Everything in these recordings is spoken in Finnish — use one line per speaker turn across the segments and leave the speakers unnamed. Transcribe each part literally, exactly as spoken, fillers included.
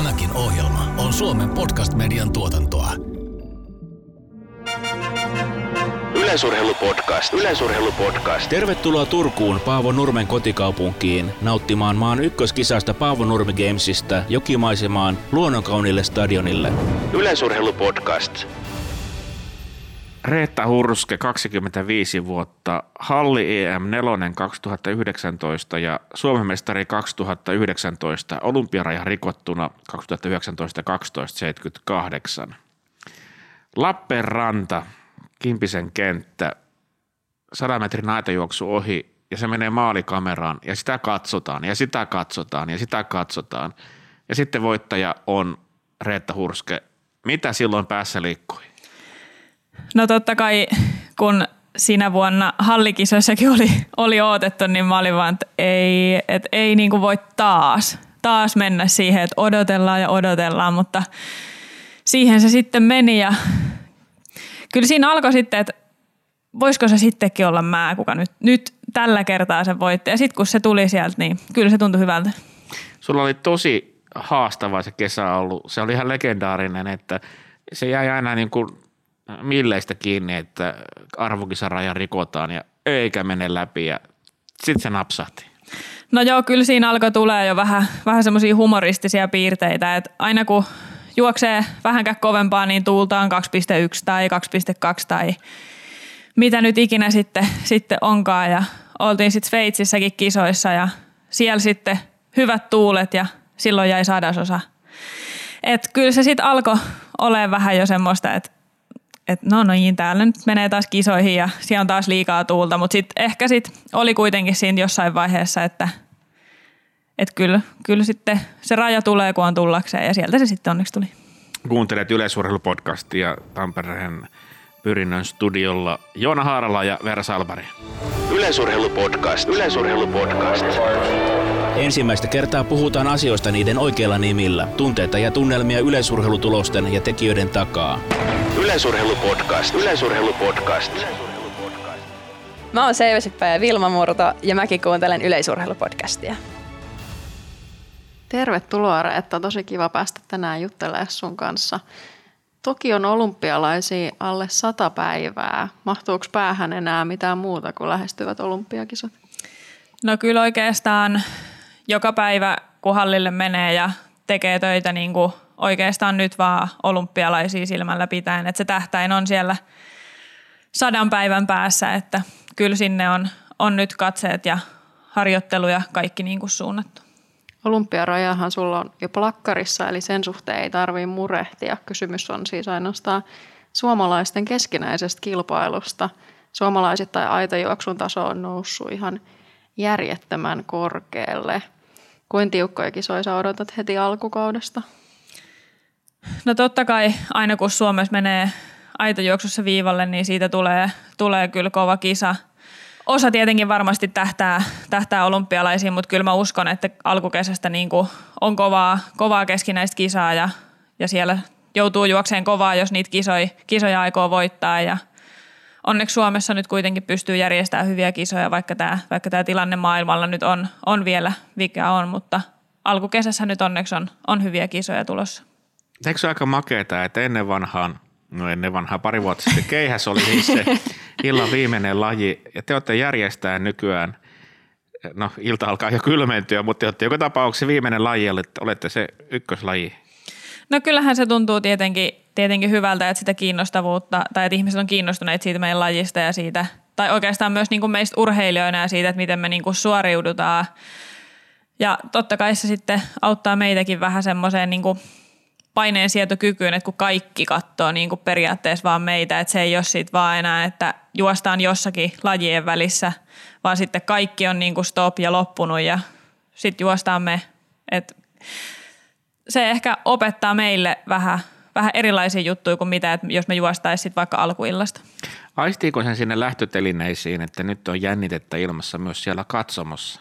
Tämäkin ohjelma on Suomen podcast-median tuotantoa.
Yleisurheilupodcast. Yleisurheilupodcast.
Tervetuloa Turkuun Paavo Nurmen kotikaupunkiin nauttimaan maan ykköskisasta Paavo Nurmi Gamesista jokimaisemaan luonnonkaunille stadionille.
Yleisurheilupodcast.
Reetta Hurske, kaksikymmentäviisi vuotta, Halli E M neljä kaksituhattayhdeksäntoista ja Suomen mestari kaksituhattayhdeksäntoista, olympiaraja rikottuna kaksituhattayhdeksäntoista kaksitoista seitsemänkymmentäkahdeksan. Lappeenranta, Kimpisen kenttä, sadan metrin aitajuoksu ohi ja se menee maalikameraan ja sitä katsotaan ja sitä katsotaan ja sitä katsotaan. Ja sitten voittaja on Reetta Hurske. Mitä silloin päässä liikkui?
No totta kai, kun siinä vuonna hallikisoissakin oli, oli odotettu, niin mä olin vaan, että ei, että ei niin kuin voi taas, taas mennä siihen, että odotellaan ja odotellaan, mutta siihen se sitten meni ja kyllä siinä alkoi sitten, että voisiko se sittenkin olla mä, kuka nyt, nyt tällä kertaa se voitti. Ja sitten kun se tuli sieltä, niin kyllä se tuntui hyvältä. Sulla
oli tosi haastava se kesä ollut. Se oli ihan legendaarinen, että se jäi aina niin kuin milleistä kiinni, että arvokisaraja rikotaan ja eikä mene läpi ja sitten se napsahti.
No joo, kyllä siinä alkoi tulee jo vähän, vähän semmoisia humoristisia piirteitä, että aina kun juoksee vähänkään kovempaa, niin tuultaan kaksi pilkku yksi tai kaksi pilkku kaksi tai mitä nyt ikinä sitten, sitten onkaan. Ja oltiin sitten Sveitsissäkin kisoissa ja siellä sitten hyvät tuulet ja silloin jäi sadasosa. Et kyllä se sitten alkoi olemaan vähän jo semmoista, että et no niin, täällä nyt menee taas kisoihin ja siellä on taas liikaa tuulta, mutta sitten ehkä sitten oli kuitenkin siinä jossain vaiheessa, että Että kyllä, kyllä sitten se raja tulee, kun on tullakseen ja sieltä se sitten onneksi tuli.
Kuuntelet Yleisurheilupodcastia Tampereen Pyrinnön studiolla Joona Haarala ja Veera Salbari.
Yleisurheilupodcast. Yleisurheilupodcast.
Ensimmäistä kertaa puhutaan asioista niiden oikeilla nimillä. Tunteita ja tunnelmia yleisurheilutulosten ja tekijöiden takaa.
Yleisurheilupodcast. Yleisurheilupodcast.
Mä oon Seiväsippä ja Vilma Murto ja mäkin kuuntelen Yleisurheilupodcastia.
Tervetuloa Reetta, tosi kiva päästä tänään juttelemaan sun kanssa. Tokion olympialaisia alle sata päivää. Mahtuuko päähän enää mitään muuta kuin lähestyvät olympiakisat?
No kyllä oikeastaan joka päivä, kun hallille menee ja tekee töitä, niin kuin oikeastaan nyt vaan olympialaisia silmällä pitäen. Että se tähtäin on siellä sadan päivän päässä, että kyllä sinne on, on nyt katseet ja harjoittelu ja kaikki niin kuin suunnattu.
Olympiarajahan sulla on jo plakkarissa, eli sen suhteen ei tarvitse murehtia. Kysymys on siis ainoastaan suomalaisten keskinäisestä kilpailusta. Suomalaisittain aitajuoksun taso on noussut ihan järjettömän korkealle. Kuinka tiukkoja kisoja sä odotat heti alkukaudesta?
No totta kai aina kun Suomessa menee aitajuoksussa viivalle, niin siitä tulee, tulee kyllä kova kisa. Osa tietenkin varmasti tähtää, tähtää olympialaisiin, mutta kyllä mä uskon, että alkukesästä niin kuin on kovaa, kovaa keskinäistä kisaa ja, ja siellä joutuu juokseen kovaa, jos niitä kisoja, kisoja aikoo voittaa. Ja onneksi Suomessa nyt kuitenkin pystyy järjestämään hyviä kisoja, vaikka tämä, vaikka tämä tilanne maailmalla nyt on, on vielä mikä on, mutta alkukesässä nyt onneksi on, on hyviä kisoja tulossa.
Eikö se aika makeeta, että ennen vanhaan, no ennen vanhaa pari vuotta sitten keihäs oli siis se illan viimeinen laji ja te olette järjestää nykyään, no ilta alkaa jo kylmentyä, mutta te olette joka tapauksessa viimeinen laji, olette se ykköslaji.
No kyllähän se tuntuu tietenkin, tietenkin hyvältä, että sitä kiinnostavuutta tai että ihmiset on kiinnostuneet siitä meidän lajista ja siitä, tai oikeastaan myös niin kuin meistä urheilijoina ja siitä, että miten me niin kuin suoriudutaan. Ja totta kai se sitten auttaa meitäkin vähän semmoiseen niin kuin paineensietokykyyn, että kun kaikki katsoo niin kuin periaatteessa vaan meitä, että se ei ole siitä vaan enää, että juostaan jossakin lajien välissä, vaan sitten kaikki on niin kuin stop ja loppunut ja sitten juostaan me. Et se ehkä opettaa meille vähän, vähän erilaisia juttuja kuin mitä, että jos me juostaisiin sitten vaikka alkuillasta.
Aistiiko sen sinne lähtötelineisiin, että nyt on jännitettä ilmassa myös siellä katsomossa?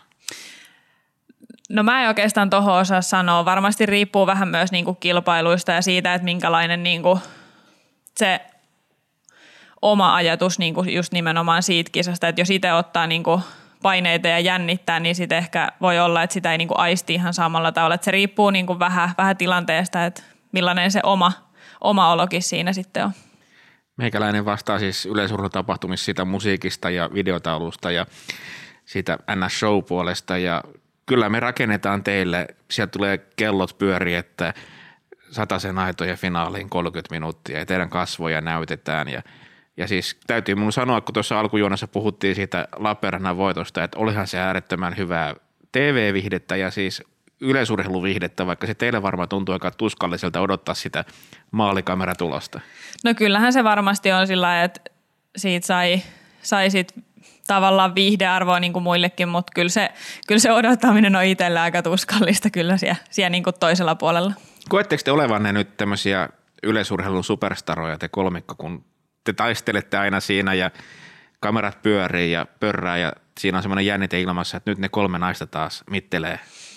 No mä en oikeastaan tohon osaa sanoa. Varmasti riippuu vähän myös niinku kilpailuista ja siitä, että minkälainen niinku se oma ajatus niinku just nimenomaan siitä kisasta. Että jos itse ottaa niinku paineita ja jännittää, niin sitten ehkä voi olla, että sitä ei niinku aisti ihan samalla tavalla. Että se riippuu niinku vähän, vähän tilanteesta, että millainen se oma, oma olokin siinä sitten on.
Meikäläinen vastaa siis yleisurheilutapahtumissa siitä musiikista ja videotaulusta ja siitä N S-show-puolesta ja kyllä me rakennetaan teille, sieltä tulee kellot pyöri, että satasen aitojen finaaliin kolmekymmentä minuuttia ja teidän kasvoja näytetään ja Ja siis täytyy mun sanoa, kun tuossa alkujuonassa puhuttiin siitä Lappeenrannan voitosta, että olihan se äärettömän hyvää T V-vihdettä ja siis yleisurheiluvihdettä, vaikka se teille varmaan tuntuu aika tuskalliselta odottaa sitä maalikamera-tulosta.
No kyllähän se varmasti on sillä lailla, että siitä sai, sai sit tavallaan viihdearvoa niin kuin muillekin, mutta kyllä se, kyllä se odottaminen on itselle aika tuskallista kyllä siellä, siellä niin kuin toisella puolella.
Koetteko te olevanne nyt tämmöisiä yleisurheilun superstaroja te kolmikko, kun te taistelette aina siinä ja kamerat pyörii ja pörrää ja siinä on semmoinen jännite ilmassa, että nyt ne kolme naista taas mittelee?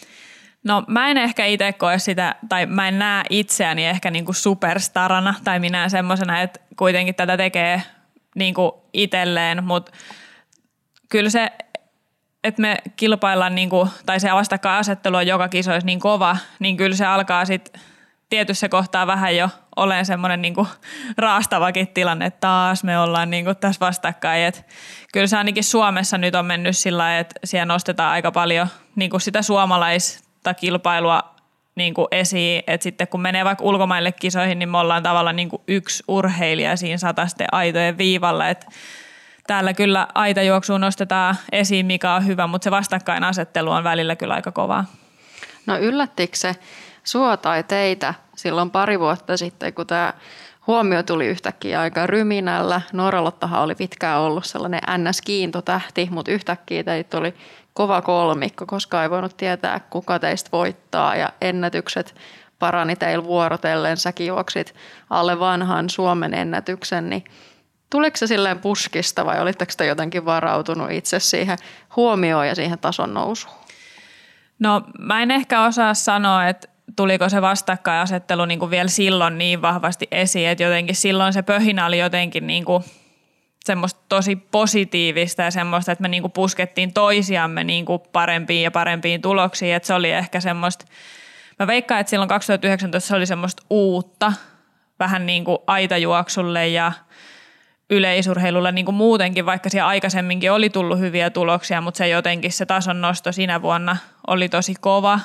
No mä en ehkä itse koe sitä, tai mä en näe itseäni ehkä niinku superstarana tai minä semmoisena, että kuitenkin tätä tekee niinku itselleen, mutta kyllä se, että me kilpaillaan niinku, tai se vastakkainasettelu on joka kisoissa niin kova, niin kyllä se alkaa sitten tietyssä kohtaa vähän jo olen semmoinen niinku raastavakin tilanne, että taas me ollaan niinku tässä vastakkain. Et kyllä se ainakin Suomessa nyt on mennyt sillä lailla, että siellä nostetaan aika paljon niinku sitä suomalaista kilpailua niinku esiin. Et sitten kun menee vaikka ulkomaille kisoihin, niin me ollaan tavallaan niinku yksi urheilija siinä satasten aitojen viivalla. Et täällä kyllä aitajuoksuun nostetaan esiin, mikä on hyvä, mutta se vastakkainasettelu on välillä kyllä aika kovaa.
No yllättikö se sua tai teitä silloin pari vuotta sitten, kun tämä huomio tuli yhtäkkiä aika ryminällä? Noora-Lottahan oli pitkään ollut sellainen N S-kiintotähti, mutta yhtäkkiä teitä tuli kova kolmikko, koska ei voinut tietää, kuka teistä voittaa ja ennätykset parani teillä vuorotellen. Säkin juoksit alle vanhan Suomen ennätyksen, niin tuliko se silleen puskista vai olitteko te jotenkin varautunut itse siihen huomioon ja siihen tason nousuun?
No mä en ehkä osaa sanoa, että tuliko se vastakkainasettelu niin kuin vielä silloin niin vahvasti esiin, että jotenkin silloin se pöhinä oli jotenkin niin kuin semmoista tosi positiivista ja semmoista, että me niin kuin puskettiin toisiamme niin kuin parempiin ja parempiin tuloksiin, että se oli ehkä semmoista, mä veikkaan, että silloin kaksituhattayhdeksäntoista se oli semmoista uutta, vähän niin kuin aitajuoksulle ja yleisurheilulla niin kuin muutenkin, vaikka siellä aikaisemminkin oli tullut hyviä tuloksia, mutta se jotenkin se tason nosto sinä vuonna oli tosi kova.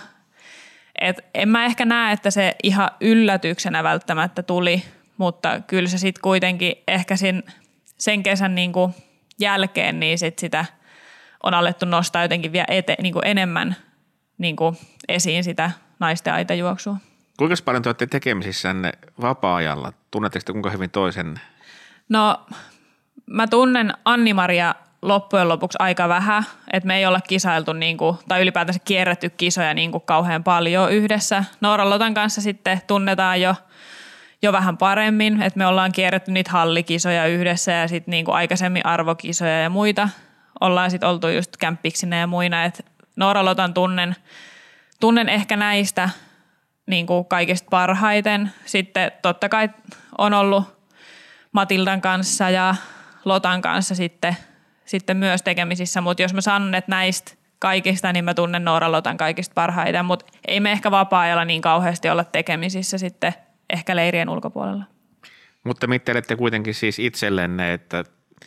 Et en mä ehkä näe, että se ihan yllätyksenä välttämättä tuli, mutta kyllä se sitten kuitenkin ehkä sen, sen kesän niin kuin jälkeen niin sit sitä on alettu nostaa jotenkin vielä ete, niin kuin enemmän niin kuin esiin sitä naisten aitajuoksua.
Kuinka paljon te olette tekemisissänne vapaa-ajalla? Tunnetteko te kuinka hyvin toisen?
No mä tunnen Anni-Maria loppujen lopuksi aika vähän, että me ei olla kisailtu niin kuin, tai ylipäätänsä kierretty kisoja niin kuin kauhean paljon yhdessä. Noora-Lotan kanssa sitten tunnetaan jo, jo vähän paremmin, että me ollaan kierretty niitä hallikisoja yhdessä ja sitten niin kuin aikaisemmin arvokisoja ja muita. Ollaan sitten oltu just kämppiksinä ja muina, että Noora-Lotan tunnen, tunnen ehkä näistä niin kuin kaikista parhaiten. Sitten totta kai on ollut Matildan kanssa ja Lotan kanssa sitten, sitten myös tekemisissä, mutta jos mä sanon, että näistä kaikista, niin mä tunnen Noora-Lotan kaikista parhaiten, mutta ei me ehkä vapaa-ajalla niin kauheasti olla tekemisissä sitten ehkä leirien ulkopuolella.
Mutta mittelette kuitenkin siis itsellenne, että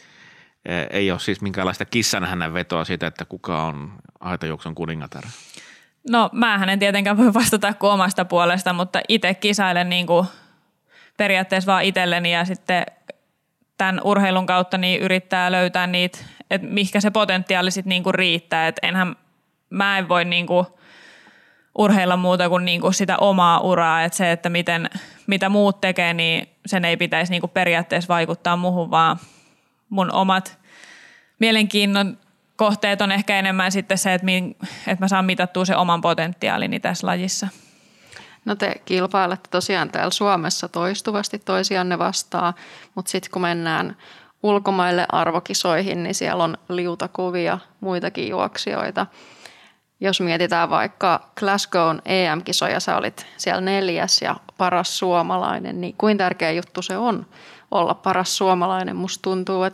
ei ole siis minkäänlaista kissanhännän vetoa siitä, että kuka on aitajuoksun kuningatar.
No määhän en tietenkään voi vastata kuin omasta puolesta, mutta itse kisailen niin kuin periaatteessa vaan itselleni ja sitten tämän urheilun kautta niin yrittää löytää niitä, että mihinkä se potentiaali sitten niin kuin riittää. Että enhän mä en voi niin kuin urheilla muuta kuin, niin kuin sitä omaa uraa, että se, että miten, mitä muut tekee, niin sen ei pitäisi niin kuin periaatteessa vaikuttaa muuhun, vaan mun omat mielenkiinnon kohteet on ehkä enemmän sitten se, että, min, että mä saan mitattua se oman potentiaalini tässä lajissa.
No te kilpailette tosiaan täällä Suomessa toistuvasti toisianne vastaan, mutta sitten kun mennään ulkomaille arvokisoihin, niin siellä on liutakuvia muitakin juoksijoita. Jos mietitään vaikka Glasgown E M-kisoja, sä olit siellä neljäs ja paras suomalainen, niin kuinka tärkeä juttu se on olla paras suomalainen? Musta tuntuu, että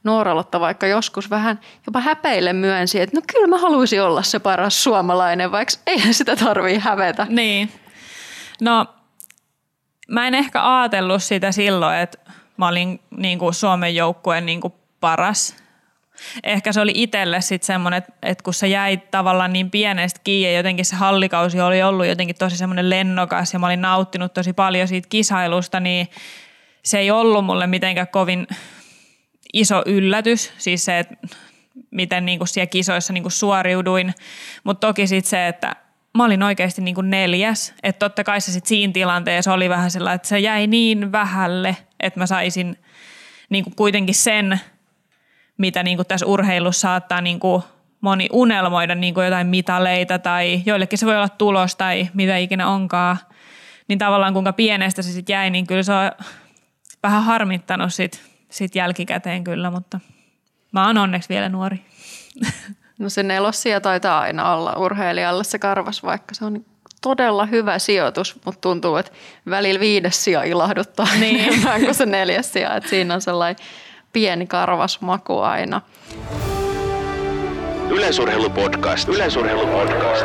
Noora-Lotta vaikka joskus vähän jopa häpeille myönsi, että no kyllä mä haluaisin olla se paras suomalainen, vaikka eihän sitä tarvii hävetä.
Niin. No mä en ehkä ajatellut sitä silloin, että mä olin niin kuin Suomen joukkueen niin kuin paras. Ehkä se oli itselle sitten semmoinen, että kun se jäi tavallaan niin pienestä kiinni ja jotenkin se hallikausi oli ollut jotenkin tosi semmoinen lennokas ja mä olin nauttinut tosi paljon siitä kisailusta, niin se ei ollut mulle mitenkään kovin iso yllätys. Siis se, että miten niinku siellä kisoissa niinku suoriuduin, mutta toki sitten se, että mä olin oikeasti niinku neljäs. Että totta kai se sitten siinä tilanteessa oli vähän sellainen, että se jäi niin vähälle, että mä saisin niinku kuitenkin sen, mitä niinku tässä urheilussa saattaa niinku moni unelmoida, niinku jotain mitaleita tai joillekin se voi olla tulos tai mitä ikinä onkaan. Niin tavallaan kuinka pienestä se sitten jäi, niin kyllä se on vähän harmittanut sit, sit jälkikäteen kyllä, mutta mä oon onneksi vielä nuori.
No se nelossija taitaa aina olla urheilijalle se karvas, vaikka se on todella hyvä sijoitus, mutta tuntuu, että välillä viides sija ilahduttaa niin enemmän kuin se neljäs sija, että siinä on sellainen pieni karvas maku aina.
Yleisurheilupodcast. Yleisurheilupodcast.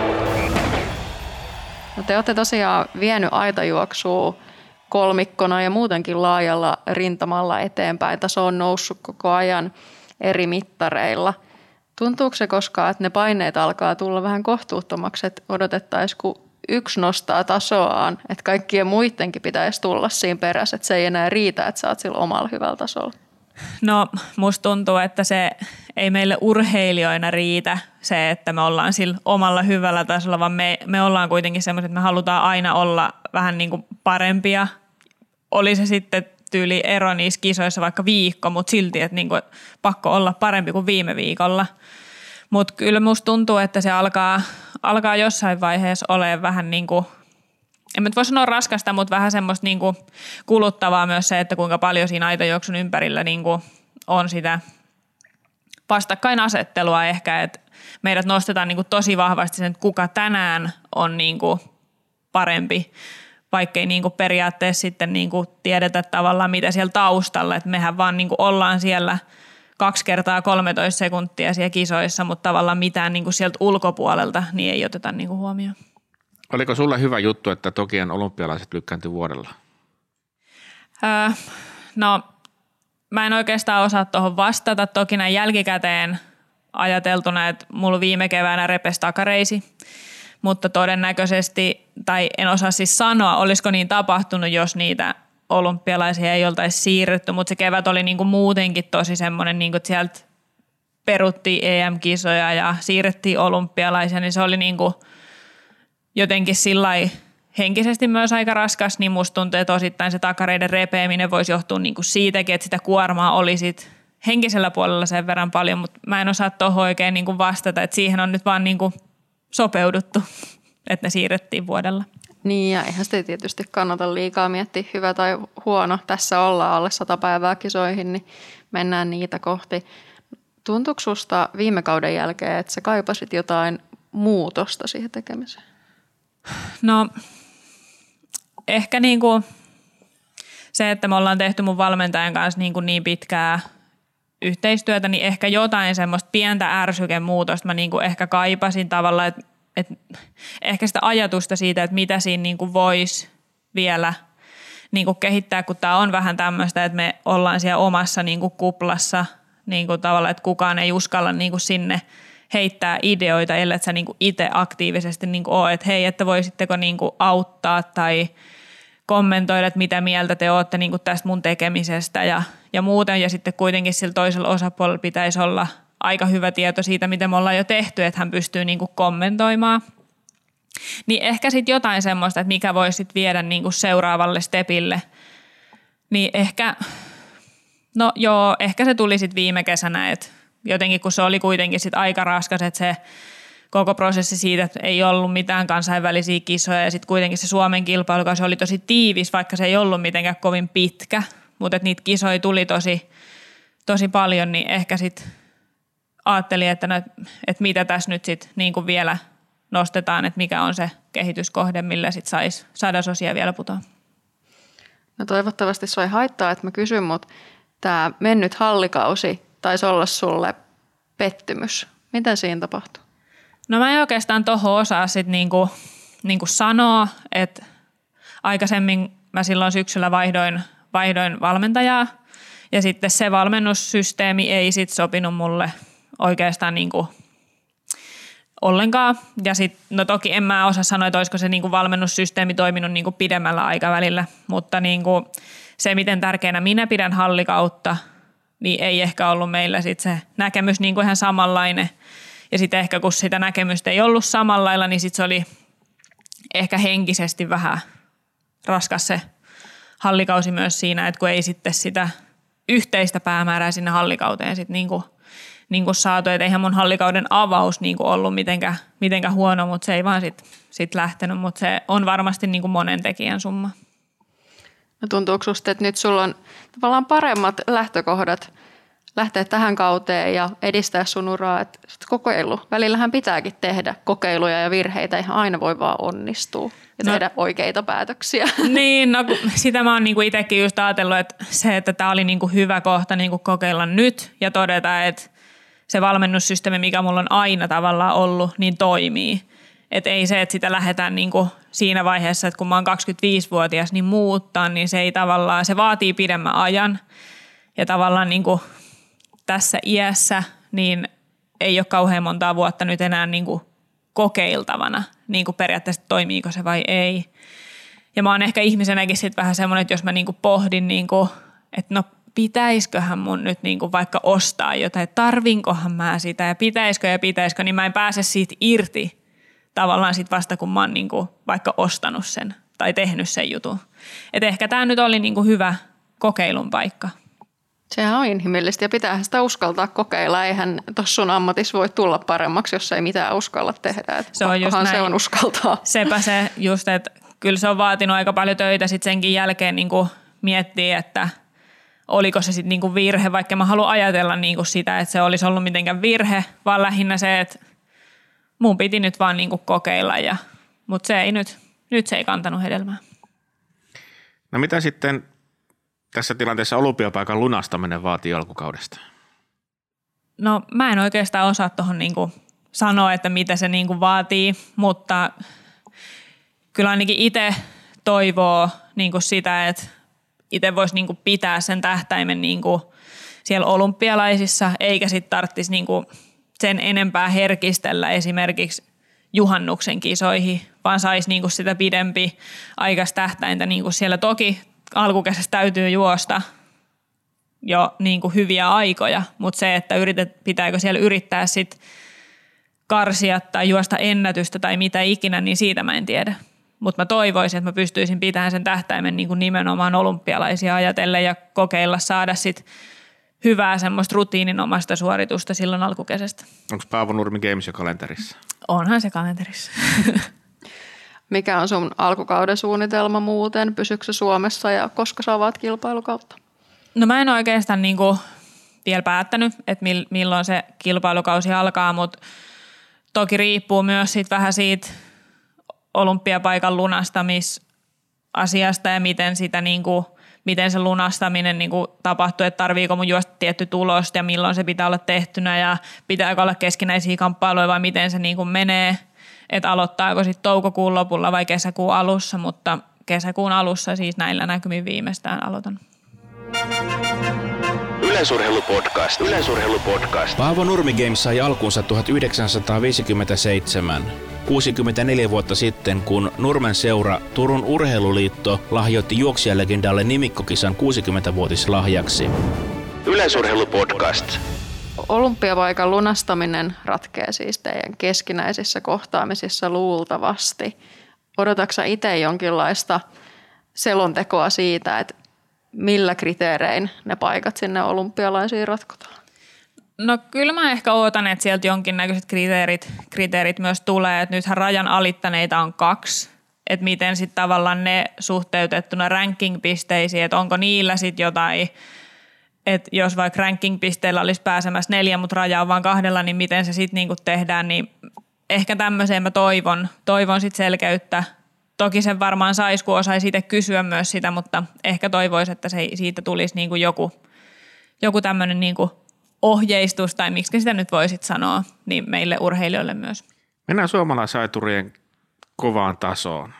No te olette tosiaan vienyt aitajuoksua kolmikkona ja muutenkin laajalla rintamalla eteenpäin. Taso on noussut koko ajan eri mittareilla. Tuntuuko se koskaan, että ne paineet alkaa tulla vähän kohtuuttomaksi, että odotettaisiin, kun yksi nostaa tasoaan, että kaikkien muidenkin pitäisi tulla siinä perässä, että se ei enää riitä, että sä oot sillä omalla hyvällä tasolla?
No musta tuntuu, että se ei meille urheilijoina riitä se, että me ollaan sillä omalla hyvällä tasolla, vaan me, me ollaan kuitenkin semmoiset, että me halutaan aina olla vähän niin kuin parempia. Oli se sitten tyyli ero niissä kisoissa vaikka viikko, mutta silti, että niin kuin pakko olla parempi kuin viime viikolla. Mutta kyllä musta tuntuu, että se alkaa, alkaa jossain vaiheessa olemaan vähän niin kuin, en nyt voi sanoa raskasta, mutta vähän semmoista niin kuin kuluttavaa myös se, että kuinka paljon siinä aitojuoksun ympärillä niin kuin on sitä vastakkainasettelua ehkä, että meidät nostetaan niin kuin tosi vahvasti sen, että kuka tänään on niin kuin parempi, vaikkei niin kuin periaatteessa sitten niin kuin tiedetä tavallaan mitä siellä taustalla, että mehän vaan niin kuin ollaan siellä kaksi kertaa kolmetoista sekuntia siellä kisoissa, mutta tavallaan mitään niin kuin sieltä ulkopuolelta niin ei oteta niin kuin huomioon.
Oliko sulla hyvä juttu, että Tokion olympialaiset lykkääntyi vuodella?
Öö, no mä en oikeastaan osaa tuohon vastata. Toki näin jälkikäteen ajateltuna, että mulla viime keväänä repesi takareisi, mutta todennäköisesti, tai en osaa siis sanoa, olisiko niin tapahtunut, jos niitä olympialaisia ei oltaisi siirretty, mutta se kevät oli niinku muutenkin tosi semmoinen, niinku, että sieltä peruttiin E M-kisoja ja siirrettiin olympialaisia, niin se oli niinku jotenkin sillai henkisesti myös aika raskas, niin musta tuntuu, että osittain se takareiden repeäminen voisi johtua niinku siitäkin, että sitä kuormaa oli sit henkisellä puolella sen verran paljon, mutta mä en osaa tuohon oikein niinku vastata, että siihen on nyt vaan niinku sopeuduttu, että ne siirrettiin vuodella.
Niin ja eihän sitä tietysti kannata liikaa miettiä hyvä tai huono. Tässä ollaan alle sata päivää kisoihin, niin mennään niitä kohti. Tuntuuko susta viime kauden jälkeen, että sä kaipasit jotain muutosta siihen tekemiseen?
No ehkä niinku se, että me ollaan tehty mun valmentajan kanssa niin, kuin niin pitkää yhteistyötä, niin ehkä jotain semmoista pientä ärsykemuutosta mä niinku ehkä kaipasin tavallaan, että et ehkä sitä ajatusta siitä, että mitä siinä niinku voisi vielä niinku kehittää, kun tämä on vähän tämmöistä, että me ollaan siellä omassa niinku kuplassa niinku tavallaan, että kukaan ei uskalla niinku sinne heittää ideoita, ellei sä niinku itse aktiivisesti niinku ole, että hei, että voisitteko niinku auttaa tai kommentoida, että mitä mieltä te olette niinku tästä mun tekemisestä ja, ja muuten. Ja sitten kuitenkin sillä toisella osapuolella pitäisi olla aika hyvä tieto siitä, mitä me ollaan jo tehty, että hän pystyy niinku kommentoimaan. Niin ehkä sitten jotain semmoista, että mikä voisi sitten viedä niinku seuraavalle stepille. Niin ehkä, no joo, ehkä se tuli sitten viime kesänä, että jotenkin kun se oli kuitenkin sitten aika raskas, että se koko prosessi siitä, että ei ollut mitään kansainvälisiä kisoja ja sitten kuitenkin se Suomen kilpailukausi oli tosi tiivis, vaikka se ei ollut mitenkään kovin pitkä, mutta että niitä kisoja tuli tosi, tosi paljon, niin ehkä sitten ajattelin, että, no, että mitä tässä nyt sitten niin kuin vielä nostetaan, että mikä on se kehityskohde, millä sitten saisi sadasosia vielä putoa.
No toivottavasti sua ei haittaa, että mä kysyn, mutta tämä mennyt hallikausi taisi olla sulle pettymys. Mitä siinä tapahtui?
No mä en oikeastaan tohon osaa sit niinku, niinku sanoa, että aikaisemmin mä silloin syksyllä vaihdoin, vaihdoin valmentajaa ja sitten se valmennussysteemi ei sit sopinut mulle oikeastaan niinku ollenkaan. Ja sit, no toki en mä osaa sanoa, että olisiko se niinku valmennussysteemi toiminut niinku pidemmällä aikavälillä, mutta niinku se, miten tärkeänä minä pidän hallikautta, niin ei ehkä ollut meillä sit se näkemys niinku ihan samanlainen. Ja sitten ehkä kun sitä näkemystä ei ollut samalla lailla, niin sitten se oli ehkä henkisesti vähän raskas se hallikausi myös siinä, että kun ei sitten sitä yhteistä päämäärää sinne hallikauteen sitten niinku, niinku saatu. Että eihän mun hallikauden avaus niinku ollut mitenkään, mitenkään huono, mutta se ei vaan sitten sit lähtenyt. Mutta se on varmasti niinku monen tekijän summa.
No tuntuuko susta, että nyt sulla on tavallaan paremmat lähtökohdat lähteä tähän kauteen ja edistää sun uraa, että kokeilu. Välillähän pitääkin tehdä kokeiluja ja virheitä, ihan aina voi vaan onnistua ja no, tehdä oikeita päätöksiä.
Niin, no sitä mä oon niinku itsekin just ajatellut, että se, että tää oli niinku hyvä kohta niinku kokeilla nyt ja todeta, että se valmennussysteemi, mikä mulla on aina tavallaan ollut, niin toimii. Että ei se, että sitä lähdetään niinku siinä vaiheessa, että kun mä oon kaksikymmentäviisivuotias, niin muuttaa, niin se ei tavallaan, se vaatii pidemmän ajan ja tavallaan niinku tässä iässä niin ei ole kauhean montaa vuotta nyt enää niin kuin kokeiltavana, niin kuin periaatteessa toimiiko se vai ei. Ja mä oon ehkä ihmisenäkin sitten vähän semmoinen, että jos mä niin kuin pohdin, niin kuin, että no pitäisiköhän mun nyt niin kuin vaikka ostaa jotain, tarvinkohan mä sitä ja pitäisikö ja pitäisikö, niin mä en pääse siitä irti tavallaan sit vasta, kun mä oon niin kuin vaikka ostanut sen tai tehnyt sen jutun. Että ehkä tää nyt oli niin kuin hyvä kokeilun paikka.
Sehän on inhimillistä ja pitäähän sitä uskaltaa kokeilla. Eihän tuossa sun ammatissa voi tulla paremmaksi, jos ei mitään uskalla tehdä. Et se on just näin. Se on uskaltaa.
Sepä se just, että kyllä se on vaatinut aika paljon töitä sit senkin jälkeen niin kuin miettiä, että oliko se sitten niin kuin virhe, vaikka mä haluan ajatella niin kuin sitä, että se olisi ollut mitenkään virhe, vaan lähinnä se, että mun piti nyt vaan niin kuin kokeilla, ja, mutta se ei nyt, nyt se ei kantanut hedelmää.
No mitä sitten tässä tilanteessa olympiapaikan lunastaminen vaatii alkukaudesta?
No mä en oikeastaan osaa tuohon niinku sanoa, että mitä se niinku vaatii, mutta kyllä ainakin itse toivoo niinku sitä, että itse voisi niinku pitää sen tähtäimen niinku siellä olympialaisissa, eikä sitten tarvitsisi niinku sen enempää herkistellä esimerkiksi juhannuksen kisoihin, vaan saisi niinku sitä pidempi aikas tähtäintä niinku siellä toki. Alkukesässä täytyy juosta jo niin kuin hyviä aikoja, mutta se, että yritet, pitääkö siellä yrittää sit karsia tai juosta ennätystä tai mitä ikinä, niin siitä mä en tiedä. Mutta mä toivoisin, että mä pystyisin pitämään sen tähtäimen niin kuin nimenomaan olympialaisia ajatellen ja kokeilla saada sit hyvää semmoista rutiininomaista suoritusta silloin alkukesästä. Onko
Paavo Nurmi Games jo kalenterissa?
Onhan se kalenterissa.
Mikä on sun alkukauden suunnitelma muuten? Pysyykö se Suomessa ja koska sä avaat kilpailukautta?
No mä en oikeastaan niinku vielä päättänyt, että milloin se kilpailukausi alkaa, mutta toki riippuu myös sit vähän siitä olympiapaikan lunastamisasiasta ja miten, sitä niinku, miten se lunastaminen niinku tapahtuu, että tarviiko mun juosta tietty tulos ja milloin se pitää olla tehtynä ja pitääkö olla keskinäisiä kamppailuja vai miten se niinku menee. Että aloittaako sitten toukokuun lopulla vai kesäkuun alussa, mutta kesäkuun alussa siis näillä näkymin viimeistään aloitan.
Yleisurheilupodcast. Yleisurheilupodcast.
Paavo Nurmi Games sai alkuunsa tuhatyhdeksänsataaviisikymmentäseitsemän, kuusikymmentäneljä vuotta sitten, kun Nurmen seura Turun Urheiluliitto lahjoitti juoksijalegendalle nimikkokisan kuusikymmentävuotislahjaksi.
Yleisurheilupodcast.
Olympiapaikan lunastaminen ratkeaa siis teidän keskinäisissä kohtaamisissa luultavasti. Odotatko sä itse jonkinlaista selontekoa siitä, että millä kriteerein ne paikat sinne olympialaisiin ratkotaan?
No kyllä mä ehkä ootan, että sieltä jonkinnäköiset kriteerit, kriteerit myös tulee. Että nythän rajan alittaneita on kaksi. Että miten sitten tavallaan ne suhteutettuna ranking-pisteisiin, että onko niillä sitten jotain, että jos vaikka ranking-pisteillä olisi pääsemässä neljä, mutta raja on vain kahdella, niin miten se sitten niinku tehdään, niin ehkä tämmöiseen mä toivon, toivon sitten selkeyttä. Toki sen varmaan saisi, kun osaisi itse kysyä myös sitä, mutta ehkä toivoisi, että se, siitä tulisi niinku joku, joku tämmöinen niin kuin ohjeistus, tai miksi sitä nyt voisit sanoa, niin meille urheilijoille myös.
Mennään suomalaisaiturien kovaan tasoon.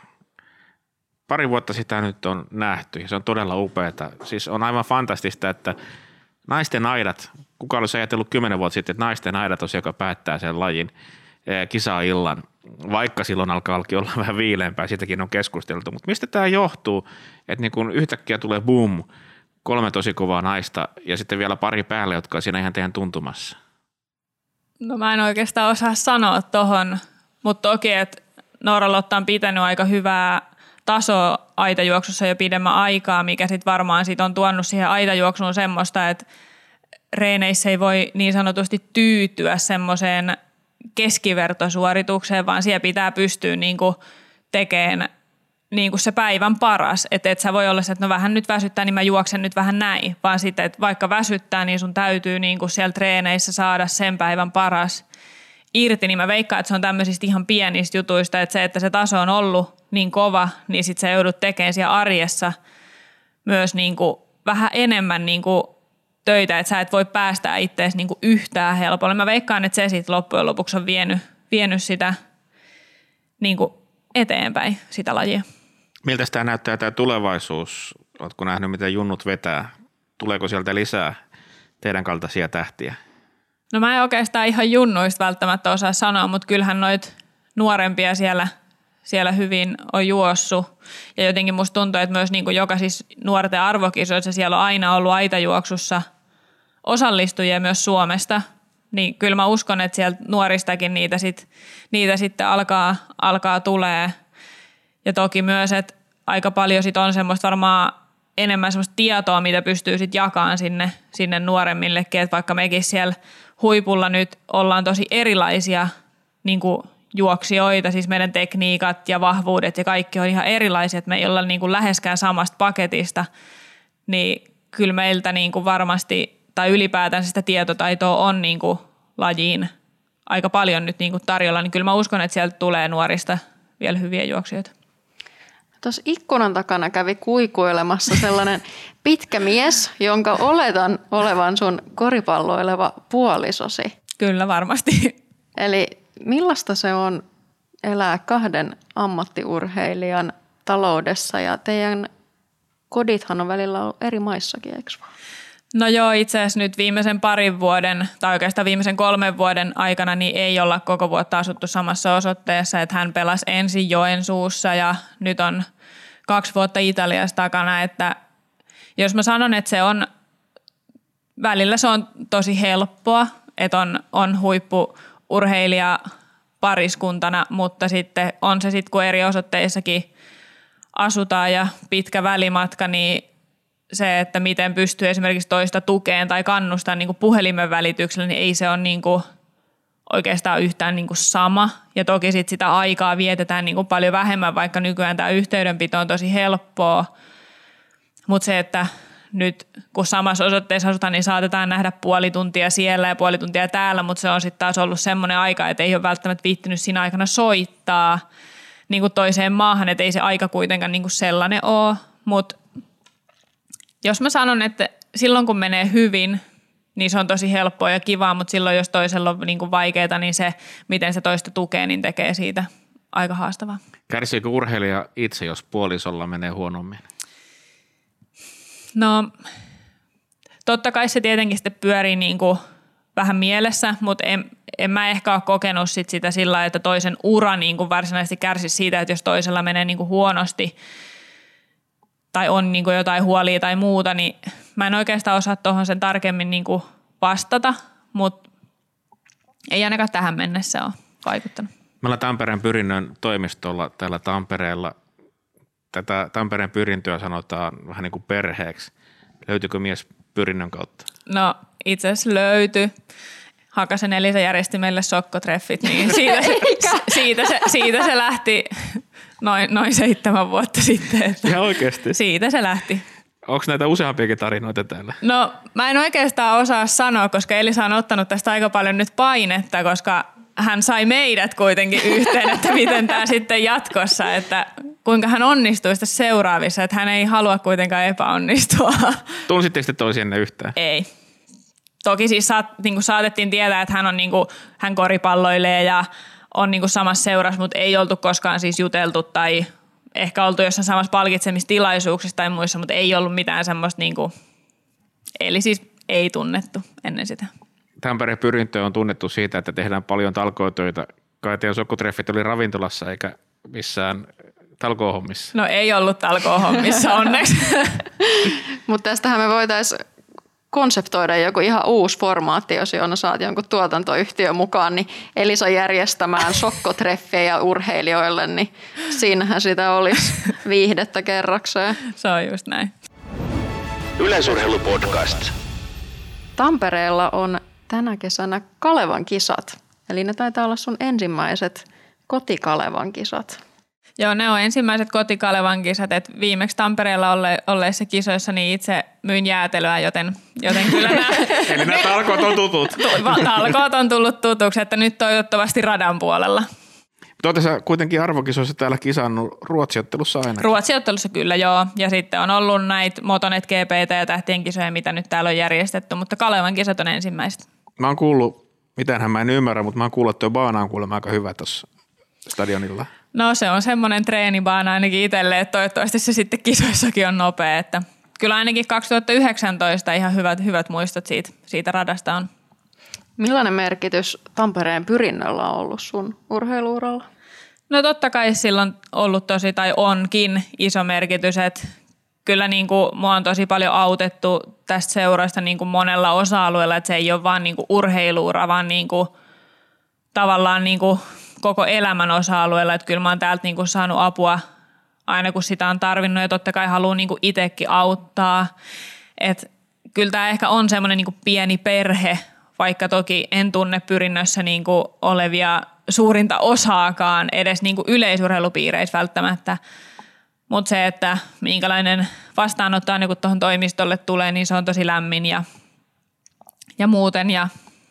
Pari vuotta sitä nyt on nähty ja se on todella upeata. Siis on aivan fantastista, että naisten aidat, kuka olisi ajatellut kymmenen vuotta sitten, että naisten aidat on se, joka päättää sen lajin kisaillan, vaikka silloin alkaa olla vähän viileämpää, siitäkin on keskusteltu. Mutta mistä tämä johtuu, että niin kun yhtäkkiä tulee boom, kolme tosi kovaa naista ja sitten vielä pari päälle, jotka on siinä ihan teidän tuntumassa?
No mä en oikeastaan osaa sanoa tohon, mutta toki, että Noora-Lotta on pitänyt aika hyvää tasoa aitajuoksussa jo pidemmän aikaa, mikä sitten varmaan sit on tuonut siihen aitajuoksuun semmoista, että reeneissä ei voi niin sanotusti tyytyä semmoiseen keskivertosuoritukseen, vaan siellä pitää pystyä niinku tekemään niinku se päivän paras. Että et sä voi olla se, että no vähän nyt väsyttää, niin mä juoksen nyt vähän näin, vaan sitten, että vaikka väsyttää, niin sun täytyy niinku siellä treeneissä saada sen päivän paras irti, niin mä veikkaan, että se on tämmöisistä ihan pienistä jutuista, että se, että se taso on ollut niin kova, niin sit sä joudut tekemään siellä arjessa myös niinku vähän enemmän niinku töitä, että sä et voi päästää itseäsi niinku yhtään helpolla. Mä veikkaan, että se sitten loppujen lopuksi on vienyt, vienyt sitä niinku eteenpäin, sitä lajia.
Miltä tämä näyttää tämä tulevaisuus? Oletko nähnyt, miten junnut vetää? Tuleeko sieltä lisää teidän kaltaisia tähtiä?
No mä en oikeastaan ihan junnuista välttämättä osaa sanoa, mutta kyllähän noit nuorempia siellä, siellä hyvin on juossut. Ja jotenkin musta tuntuu, että myös niin kuin joka siis nuorten arvokisoissa siellä on aina ollut aitajuoksussa osallistujia myös Suomesta. Niin kyllä mä uskon, että sieltä nuoristakin niitä, sit, niitä sitten alkaa, alkaa tulee. Ja toki myös, että aika paljon sit on semmoista varmaan enemmän semmoista tietoa, mitä pystyy sitten jakamaan sinne, sinne nuoremmillekin. Että vaikka mekin siellä huipulla nyt ollaan tosi erilaisia niin kuin juoksijoita, siis meidän tekniikat ja vahvuudet ja kaikki on ihan erilaisia, että me ei olla niin kuin läheskään samasta paketista, niin kyllä meiltä niin kuin varmasti, tai ylipäätään sitä tietotaitoa on niin kuin lajiin aika paljon nyt niin kuin tarjolla, niin kyllä mä uskon, että sieltä tulee nuorista vielä hyviä juoksijoita.
Tuossa ikkunan takana kävi kuikuilemassa sellainen pitkä mies, jonka oletan olevan sun koripalloileva puolisosi.
Kyllä varmasti.
Eli millaista se on elää kahden ammattiurheilijan taloudessa ja teidän kodithan on välillä ollut eri maissakin, eikö vaan?
No joo, itse asiassa nyt viimeisen parin vuoden tai oikeastaan viimeisen kolmen vuoden aikana niin ei olla koko vuotta asuttu samassa osoitteessa, että hän pelasi ensin Joensuussa ja nyt on kaksi vuotta Italiassa takana, että jos mä sanon, että se on, välillä se on tosi helppoa, että on, on huippu-urheilija pariskuntana, mutta sitten on se sitten, kun eri osoitteissakin asutaan ja pitkä välimatka, niin se, että miten pystyy esimerkiksi toista tukeen tai kannustaa niin kuin puhelimen välityksellä, niin ei se ole niin kuin oikeastaan yhtään niin kuin sama. Ja toki sit sitä aikaa vietetään niin kuin paljon vähemmän, vaikka nykyään tämä yhteydenpito on tosi helppoa. Mutta se, että nyt kun samassa osoitteessa asutaan, niin saatetaan nähdä puoli tuntia siellä ja puoli tuntia täällä, mutta se on sitten taas ollut semmoinen aika, että ei ole välttämättä viittynyt siinä aikana soittaa niin kuin toiseen maahan, että ei se aika kuitenkaan niin kuin sellainen ole. Mutta jos mä sanon, että silloin kun menee hyvin, niin se on tosi helppoa ja kivaa, mutta silloin jos toisella on niin kuin vaikeaa, niin se, miten se toista tukee, niin tekee siitä aika haastavaa.
Kärsiikö urheilija itse, jos puolisolla menee huonommin?
No totta kai se tietenkin sitten pyörii niin kuin vähän mielessä, mutta en, en mä ehkä ole kokenut sit sitä sillä lailla, että toisen ura niin kuin varsinaisesti kärsisi siitä, että jos toisella menee niin kuin huonosti tai on niin kuin jotain huolia tai muuta, niin mä en oikeastaan osaa tuohon sen tarkemmin niin kuin vastata, mutta ei ainakaan tähän mennessä ole vaikuttanut.
Me ollaan Tampereen Pyrinnön toimistolla täällä Tampereella. Tätä Tampereen Pyrintöä sanotaan vähän niin kuin perheeksi. Löytyykö mies Pyrinnön kautta?
No itse asiassa löytyi. Hakasen Elisa järjesti meille sokkotreffit, niin siitä se, siitä se, siitä se lähti noin, noin seitsemän vuotta sitten. Että
ihan oikeasti?
Siitä se lähti.
Onko näitä useampiakin tarinoita täällä?
No mä en oikeastaan osaa sanoa, koska Elisa on ottanut tästä aika paljon nyt painetta, koska hän sai meidät kuitenkin yhteen, että miten tämä sitten jatkossa, että kuinka hän onnistuu sitä seuraavissa, että hän ei halua kuitenkaan epäonnistua.
Tunsitteko te toisienne yhtään?
Ei. toki siis saat, niin kuin saatettiin tietää, että hän, on, niin kuin, hän koripalloilee ja on niin kuin samassa seurassa, mutta ei oltu koskaan siis juteltu tai ehkä oltu jossain samassa palkitsemistilaisuuksissa tai muissa, mutta ei ollut mitään semmoista, niin kuin, eli siis ei tunnettu ennen sitä.
Tampereen Pyrintö on tunnettu siitä, että tehdään paljon talkootöitä. Kai teidän sokkutreffit oli ravintolassa eikä missään talkoohommissa.
No ei ollut talkoohommissa onneksi.
Mutta tästähän me voitaisiin konseptoida joku ihan uusi formaatti, jos Joona saat jonkun tuotantoyhtiön mukaan, niin Elisa järjestämään sokkotreffejä urheilijoille, niin siinähän sitä olisi viihdettä kerrakseen.
Se on just näin.
Yleisurheilupodcast.
Tampereella on tänä kesänä Kalevan kisat, eli ne taitaa olla sun ensimmäiset kotikalevan kisat.
Joo, ne on ensimmäiset kotikalevan kisat, että viimeksi Tampereella olle, olleissa kisoissa niin itse myin jäätelöä, joten, joten kyllä nämä...
Eli nämä talkoot on tutut.
Talkoot on tullut tutuksi, että nyt toivottavasti radan puolella.
Mutta sä kuitenkin arvokisoissa täällä kisannut Ruotsiottelussa aina.
Ruotsiottelussa kyllä joo, ja sitten on ollut näitä Motonet, G P T ja tähtien kisoja, mitä nyt täällä on järjestetty, mutta Kalevan kisat on ensimmäiset.
Mä oon kuullut, mitäänhän mä en ymmärrä, mutta mä oon kuullut, että tuo baana on kuulemma aika hyvä tuossa stadionilla.
No se on semmoinen treenibaana ainakin itselle, että toivottavasti se sitten kisoissakin on nopea, että kyllä ainakin kaksituhattayhdeksäntoista ihan hyvät, hyvät muistot siitä, siitä radasta on.
Millainen merkitys Tampereen Pyrinnöllä on ollut sun urheiluuralla?
No totta kai sillä on ollut tosi tai onkin iso merkitys, että kyllä niin kuin mua on tosi paljon autettu tästä seurasta niin kuin monella osa-alueella, että se ei ole vaan niin kuin urheiluura, vaan niin kuin tavallaan niin kuin koko elämän osa-alueella, että kyllä mä oon täältä niin kuin saanut apua aina kun sitä on tarvinnut ja totta kai haluan niin kuin itsekin auttaa, että kyllä tämä ehkä on semmoinen niin kuin pieni perhe, vaikka toki en tunne Pyrinnössä niin kuin olevia suurinta osaakaan edes niin kuin yleisurheilupiireissä välttämättä, mutta se, että minkälainen vastaanotto aina kun tuohon toimistolle tulee, niin se on tosi lämmin ja, ja muuten ja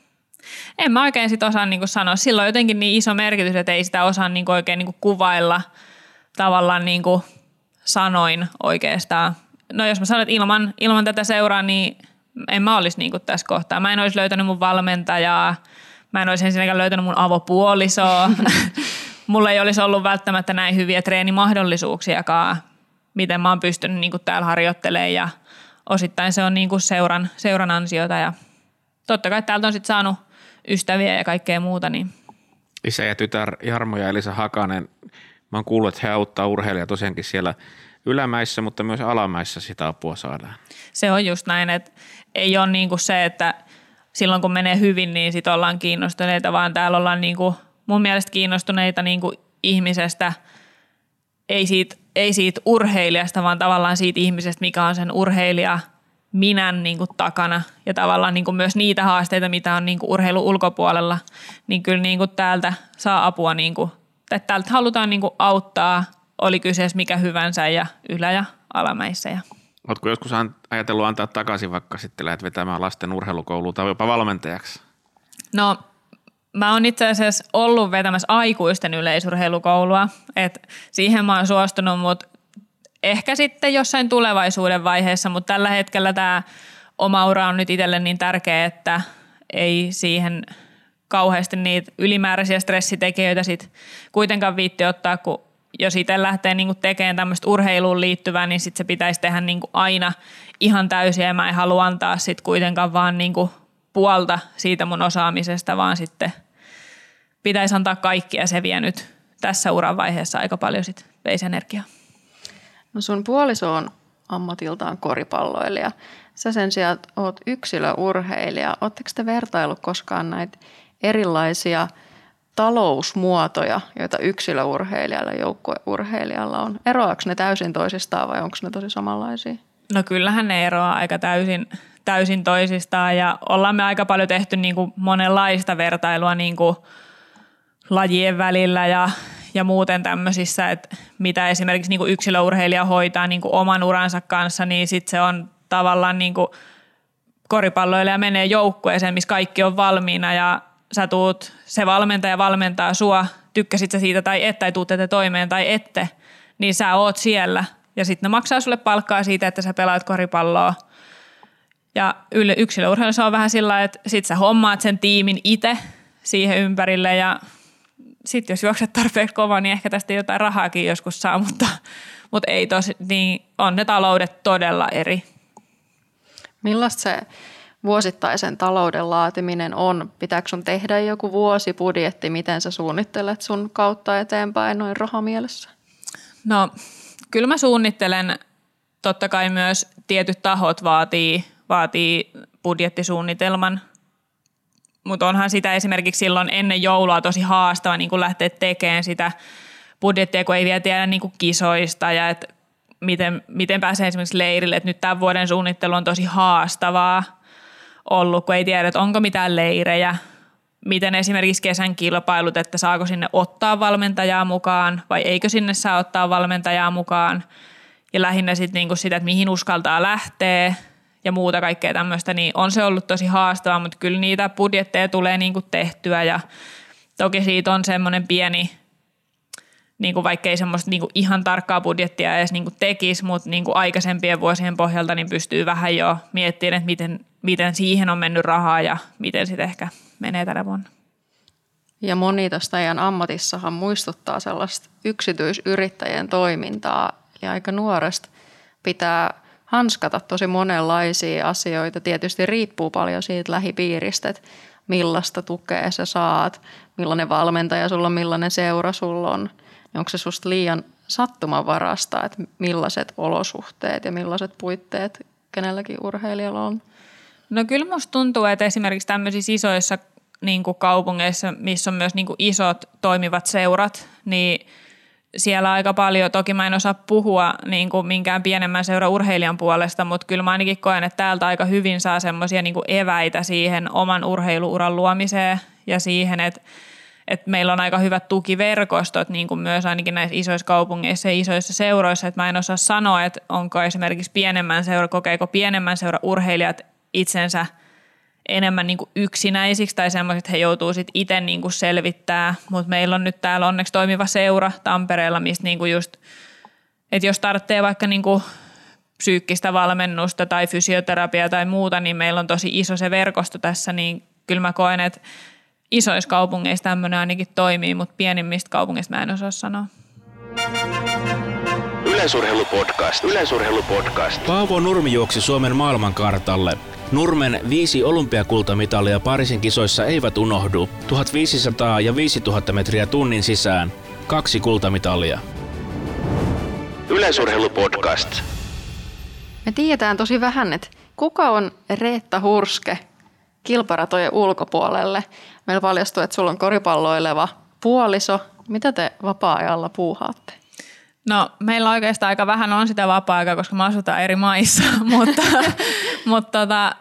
en mä oikein sit osaa niinku sanoa. Sillä on jotenkin niin iso merkitys, että ei sitä osaa niinku oikein niinku kuvailla tavallaan niinku sanoin oikeastaan. No jos mä sanon, että ilman, ilman tätä seuraa, niin en mä olisi niinku tässä kohtaa. Mä en olisi löytänyt mun valmentajaa, mä en olisi ensinnäkään löytänyt mun avopuolisoa. Mulla ei olisi ollut välttämättä näin hyviä treenimahdollisuuksiakaan, miten mä oon pystynyt niinku täällä harjoittelemaan ja osittain se on niinku seuran, seuran ansiota ja totta kai täältä on sitten saanut ystäviä ja kaikkea muuta. Niin.
Isä ja tytär Jarmo ja Elisa Hakanen, mä oon kuullut, että he auttaa urheilijaa tosiaankin siellä ylämäissä, mutta myös alamäissä sitä apua saadaan.
Se on just näin, että ei ole niinku se, että silloin kun menee hyvin, niin sit ollaan kiinnostuneita, vaan täällä ollaan niinku mun mielestä kiinnostuneita niinku ihmisestä, ei siitä, ei siitä urheilijasta, vaan tavallaan siitä ihmisestä, mikä on sen urheilija minän niin kuin takana ja tavallaan niin kuin myös niitä haasteita, mitä on niin kuin urheilun ulkopuolella, niin kyllä niin kuin täältä saa apua, niin kuin, että täältä halutaan niin kuin auttaa, oli kyseessä mikä hyvänsä ja ylä- ja alamäissä. Ja.
Oletko joskus ajatellut antaa takaisin, vaikka sitten lähdet vetämään lasten urheilukouluun tai jopa valmentajaksi?
No mä oon itse asiassa ollut vetämässä aikuisten yleisurheilukoulua, että siihen mä oon suostunut, mutta ehkä sitten jossain tulevaisuuden vaiheessa, mutta tällä hetkellä tämä oma ura on nyt itselle niin tärkeä, että ei siihen kauheasti niitä ylimääräisiä stressitekijöitä sit kuitenkaan viitti ottaa, kun jos itse lähtee niinku tekemään tämmöistä urheiluun liittyvää, niin sit se pitäisi tehdä niinku aina ihan täysin ja mä en halua antaa sit kuitenkaan vaan niinku puolta siitä mun osaamisesta, vaan sitten pitäisi antaa kaikki ja se vie nyt tässä uran vaiheessa aika paljon sit veisi energiaa.
No sun puoliso on ammatiltaan koripalloilija. Sä sen sijaan oot yksilöurheilija. Ootteko te vertailu koskaan näitä erilaisia talousmuotoja, joita yksilöurheilijalla ja joukkueurheilijalla on? Eroaako ne täysin toisistaan vai onko ne tosi samanlaisia?
No kyllähän ne eroaa aika täysin, täysin toisistaan ja ollaan me aika paljon tehty niin kuin monenlaista vertailua niin kuin lajien välillä ja ja muuten tämmöisissä, että mitä esimerkiksi niin kuin yksilöurheilija hoitaa niin kuin oman uransa kanssa, niin sitten se on tavallaan niin kuin koripalloilija menee joukkueeseen, missä kaikki on valmiina ja sä tuut, se valmentaja valmentaa sua, tykkäsit sä siitä tai et, tai tuutte te toimeen tai ette, niin sä oot siellä ja sitten ne maksaa sulle palkkaa siitä, että sä pelaat koripalloa Ja yksilöurheilussa on vähän sillä, että sit sä hommaat sen tiimin itse siihen ympärille ja sitten jos juokset tarpeeksi kova, niin ehkä tästä jotain rahaakin joskus saa, mutta, mutta ei tosi, niin on ne taloudet todella eri.
Millaista se vuosittaisen talouden laatiminen on? Pitääkö sun tehdä joku vuosibudjetti? Miten sä suunnittelet sun kautta eteenpäin noin rahamielessä?
No kyllä mä suunnittelen. Totta kai myös tietyt tahot vaatii, vaatii budjettisuunnitelman, mutta onhan sitä esimerkiksi silloin ennen joulua tosi haastava niin kun lähteä tekemään sitä budjettia, kun ei vielä tiedä niin kun kisoista ja et miten, miten pääsee esimerkiksi leirille. Et nyt tämän vuoden suunnittelu on tosi haastavaa ollut, kun ei tiedä, että onko mitään leirejä, miten esimerkiksi kesän kilpailut, että saako sinne ottaa valmentajaa mukaan vai eikö sinne saa ottaa valmentajaa mukaan. Ja lähinnä sitten niinku sitä, että mihin uskaltaa lähteä ja muuta kaikkea tämmöistä, niin on se ollut tosi haastavaa, mutta kyllä niitä budjetteja tulee niinku tehtyä ja toki siitä on semmoinen pieni, niinku vaikka ei semmoista niinku ihan tarkkaa budjettia edes niinku tekisi, mutta niinku aikaisempien vuosien pohjalta niin pystyy vähän jo miettimään, että miten, miten siihen on mennyt rahaa ja miten sitten ehkä menee tänä vuonna.
Ja moni tästä teidän ammatissahan muistuttaa sellaista yksityisyrittäjien toimintaa. Eli aika nuoresta pitää hanskata tosi monenlaisia asioita. Tietysti riippuu paljon siitä lähipiiristä, että millaista tukea sä saat, millainen valmentaja sulla on, millainen seura sulla on. Onko se susta liian sattumanvarasta, että millaiset olosuhteet ja millaiset puitteet kenelläkin urheilijalla on?
No kyllä musta tuntuu, että esimerkiksi tämmöisissä isoissa niin kuin kaupungeissa, missä on myös niin kuin isot toimivat seurat, niin siellä aika paljon, toki mä en osaa puhua niin kuin minkään pienemmän seuraurheilijan puolesta, mutta kyllä mä ainakin koen, että täältä aika hyvin saa semmoisia niin kuin eväitä siihen oman urheiluuran luomiseen ja siihen, että, että meillä on aika hyvät tukiverkostot niin kuin myös ainakin näissä isoissa kaupungeissa ja isoissa seuroissa, että mä en osaa sanoa, että onko esimerkiksi pienemmän seura, kokeeko pienemmän seuraurheilijat itsensä enemmän niin kuin yksinäisiksi tai semmoiset, että he joutuu sitten itse niin kuin selvittää, mutta meillä on nyt täällä onneksi toimiva seura Tampereella, mistä niin kuin just, että jos tarvitsee vaikka niin kuin psyykkistä valmennusta tai fysioterapiaa tai muuta, niin meillä on tosi iso se verkosto tässä, niin kyllä mä koen, että isoissa kaupungeissa tämmöinen ainakin toimii, mutta pienimmistä kaupungeista mä en osaa sanoa.
Yleisurheilupodcast. Yleisurheilupodcast.
Paavo Nurmi juoksi Suomen maailmankartalle. Nurmen viisi olympiakultamitalia Pariisin kisoissa eivät unohdu. tuhatviisisataa ja viisituhatta metriä tunnin sisään. Kaksi kultamitalia.
Yleisurheilupodcast.
Me tiedetään tosi vähän, että kuka on Reetta Hurske kilparatojen ulkopuolelle. Meillä paljastui, että sulla on koripalloileva puoliso. Mitä te vapaa-ajalla puuhaatte?
No meillä oikeastaan aika vähän on sitä vapaa-aikaa, koska me asutaan eri maissa, mutta, mutta tota,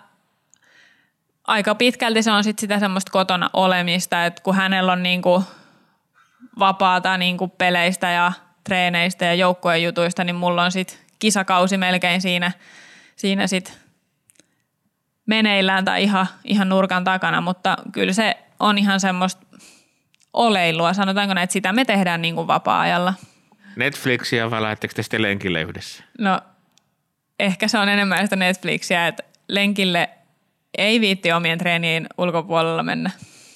aika pitkälti se on sit sitä semmoista kotona olemista, että kun hänellä on niinku vapaata niinku peleistä ja treeneistä ja joukkojen jutuista, niin mulla on sit kisakausi melkein siinä, siinä sit meneillään tai ihan, ihan nurkan takana, mutta kyllä se on ihan semmoista oleilua, sanotaanko näin, että sitä me tehdään niinku vapaa-ajalla.
Netflixiä vai lähettekö te sitten lenkille yhdessä?
No ehkä se on enemmän sitä Netflixiä, että lenkille ei viitti omien treenien ulkopuolella mennä.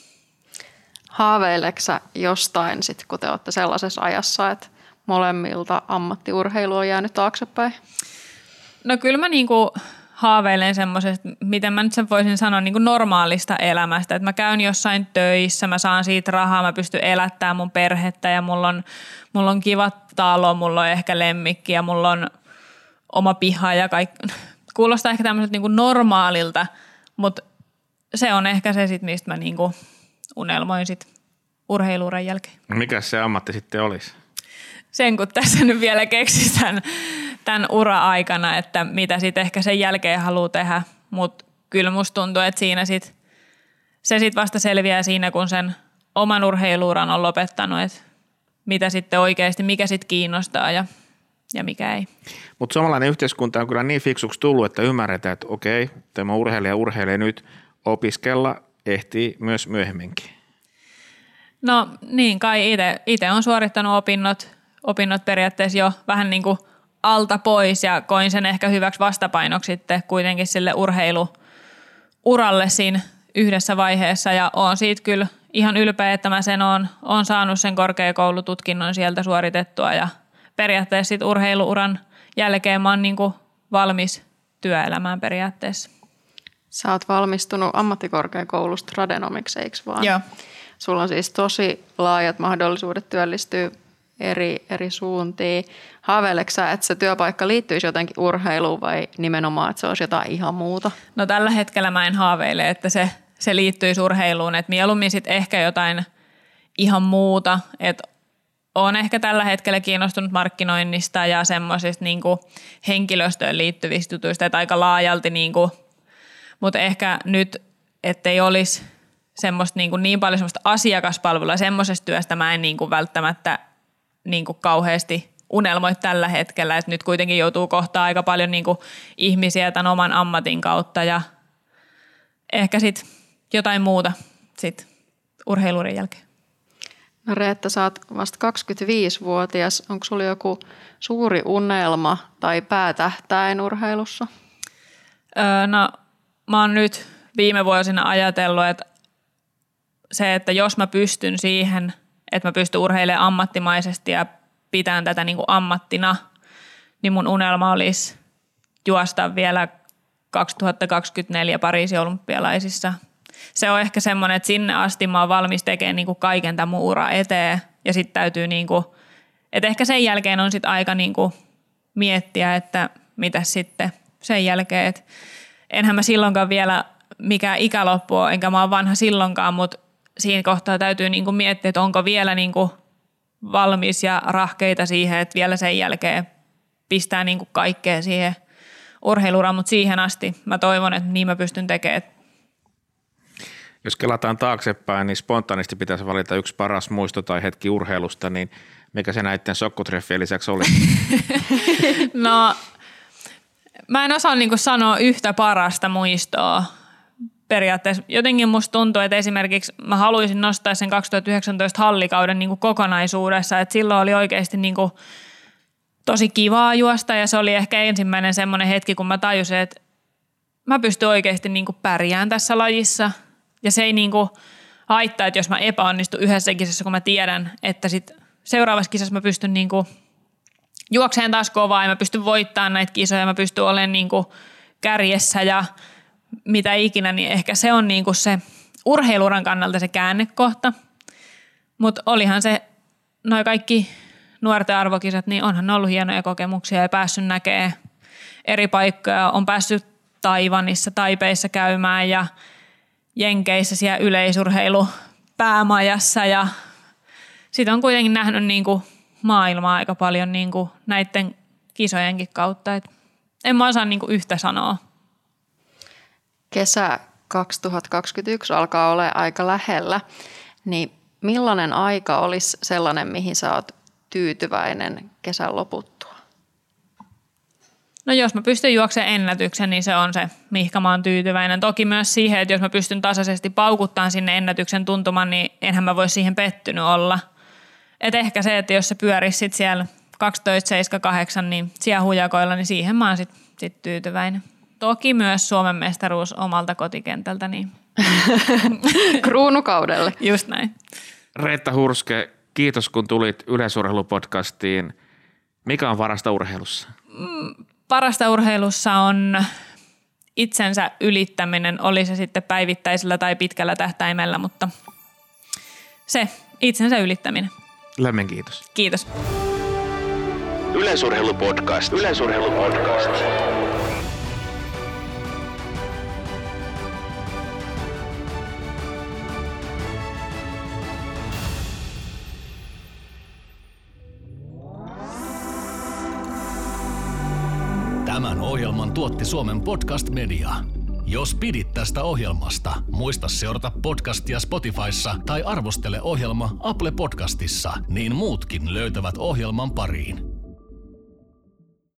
Haaveileksä jostain sit, kun te olette sellaisessa ajassa, että molemmilta ammattiurheilu on jäänyt taaksepäin?
No kyllä mä niinku haaveilen semmoisesta, miten mä nyt sen voisin sanoa, niinku normaalista elämästä. Että mä käyn jossain töissä, mä saan siitä rahaa, mä pystyn elättämään mun perhettä ja mulla on, mulla on kiva talo, mulla on ehkä lemmikki ja mulla on oma piha ja kaikki. Kuulostaa ehkä tämmöiseltä niinku normaalilta, mutta se on ehkä se sit, mistä mä niinku unelmoin sit urheiluuran jälkeen.
Mikä se ammatti sitten olisi?
Sen kun tässä nyt vielä keksitään tämän ura-aikana, että mitä sitten ehkä sen jälkeen haluaa tehdä, mutta kyllä musta tuntuu, että siinä sit, se sitten vasta selviää siinä, kun sen oman urheiluuran on lopettanut, että mitä sitten oikeasti, mikä sitten kiinnostaa ja, ja mikä ei.
Mutta suomalainen yhteiskunta on kyllä niin fiksuksi tullut, että ymmärretään, että okei, tämä urheilija urheilee nyt, opiskella ehtii myös myöhemminkin.
No niin, kai itse on suorittanut opinnot, opinnot periaatteessa jo vähän niin kuin alta pois ja koin sen ehkä hyväksi vastapainoksi sitten kuitenkin sille urheiluuralle siinä yhdessä vaiheessa ja oon siitä kyllä ihan ylpeä, että mä sen oon, oon saanut sen korkeakoulututkinnon sieltä suoritettua ja periaatteessa sit urheiluuran jälkeen mä oon niin kuin valmis työelämään periaatteessa.
Sä oot valmistunut ammattikorkeakoulusta tradenomiksi, eikö vaan?
Joo.
Sulla on siis tosi laajat mahdollisuudet työllistyä eri, eri suuntiin. Haaveileksä sä, että se työpaikka liittyisi jotenkin urheiluun vai nimenomaan, että se olisi jotain ihan muuta?
No tällä hetkellä mä en haaveile, että se, se liittyisi urheiluun. Että mieluummin sitten ehkä jotain ihan muuta. Että olen ehkä tällä hetkellä kiinnostunut markkinoinnista ja semmoisista niinku henkilöstöön liittyvistä jutuista, että aika laajalti, niinku, mutta ehkä nyt, ettei olisi semmoista niinku niin paljon semmoista asiakaspalvelua, semmoisesta työstä mä en niinku välttämättä niinku kauheasti unelmoi tällä hetkellä, että nyt kuitenkin joutuu kohtaan aika paljon niinku ihmisiä tämän oman ammatin kautta ja ehkä sitten jotain muuta sit urheiluurin jälkeen.
No Reetta, sä oot vasta kaksikymmentäviisivuotias. Onko sulla joku suuri unelma tai päätähtäin urheilussa?
Öö, no mä oon nyt viime vuosina ajatellut, että se, että jos mä pystyn siihen, että mä pystyn urheilemaan ammattimaisesti ja pitämään tätä niin kuin ammattina, niin mun unelma olisi juosta vielä kaksituhattakaksikymmentäneljä Pariisin olympialaisissa. Se on ehkä semmoinen, että sinne asti mä oon valmis tekemään niin kuin kaiken tämän mun ura eteen ja sitten täytyy, niin kuin, että ehkä sen jälkeen on sitten aika niin kuin miettiä, että mitä sitten sen jälkeen, että enhän mä silloinkaan vielä mikään ikäloppu ole, enkä mä oon vanha silloinkaan, mutta siinä kohtaa täytyy niin kuin miettiä, että onko vielä niin kuin valmis ja rahkeita siihen, että vielä sen jälkeen pistää niin kuin kaikkea siihen urheiluraan, mutta siihen asti mä toivon, että niin mä pystyn tekemään.
Jos kelataan taaksepäin, niin spontaanisti pitäisi valita yksi paras muisto tai hetki urheilusta, niin mikä se näiden sokkutreffien lisäksi oli?
No, mä en osaa niin kuin sanoa yhtä parasta muistoa periaatteessa. Jotenkin musta tuntuu, että esimerkiksi mä haluaisin nostaa sen kaksituhattayhdeksäntoista hallikauden niin kuin kokonaisuudessa, että silloin oli oikeasti niin kuin tosi kivaa juosta ja se oli ehkä ensimmäinen semmoinen hetki, kun mä tajusin, että mä pystyn oikeasti niin kuin pärjään tässä lajissa ja se ei niin kuin haittaa, että jos mä epäonnistun yhdessä kisassa, kun mä tiedän, että sit seuraavassa kisassa mä pystyn niin kuin juokseen taas kovaa ja mä pystyn voittamaan näitä kisoja, mä pystyn olemaan niin kuin kärjessä ja mitä ikinä, niin ehkä se on niin kuin se urheiluran kannalta se käännekohta. Mutta olihan se, noi kaikki nuorten arvokisat, niin onhan ne ollut hienoja kokemuksia ja päässyt näkemään eri paikkoja. On päässyt Taiwanissa, Taipeissa käymään ja Jenkeissä siellä yleisurheilupäämajassa ja sitten on kuitenkin nähnyt niin kuin maailmaa aika paljon niin kuin näiden kisojenkin kautta. Et en mä osaa niin kuin yhtä sanoa.
Kesä kaksituhattakaksikymmentäyksi alkaa olla aika lähellä, niin millainen aika olisi sellainen, mihin sä oot tyytyväinen kesän loputtua?
No jos mä pystyn juoksemaan ennätyksen, niin se on se, mihinkä mä oon tyytyväinen. Toki myös siihen, että jos mä pystyn tasaisesti paukuttamaan sinne ennätyksen tuntumaan, niin enhän mä voi siihen pettynyt olla. Et ehkä se, että jos se pyörisi sit siellä kaksitoista seitsemän kahdeksan, niin siellä hujakoilla, niin siihen mä oon sit, sit tyytyväinen. Toki myös Suomen mestaruus omalta kotikentältä. Niin.
Kruunukaudelle.
Just näin.
Reetta Hurske, kiitos kun tulit Yleisurheilupodcastiin. Mikä on parasta urheilussa?
Mm, parasta urheilussa on itsensä ylittäminen, oli se sitten päivittäisellä tai pitkällä tähtäimellä, mutta se itsensä ylittäminen.
Lämmin kiitos.
Kiitos.
Yleisurheilupodcast. Yleisurheilupodcast.
Tämän ohjelman tuotti Suomen Podcast Media. Jos pidit tästä ohjelmasta, muista seurata podcastia Spotifyssa tai arvostele ohjelma Apple Podcastissa, niin muutkin löytävät ohjelman pariin.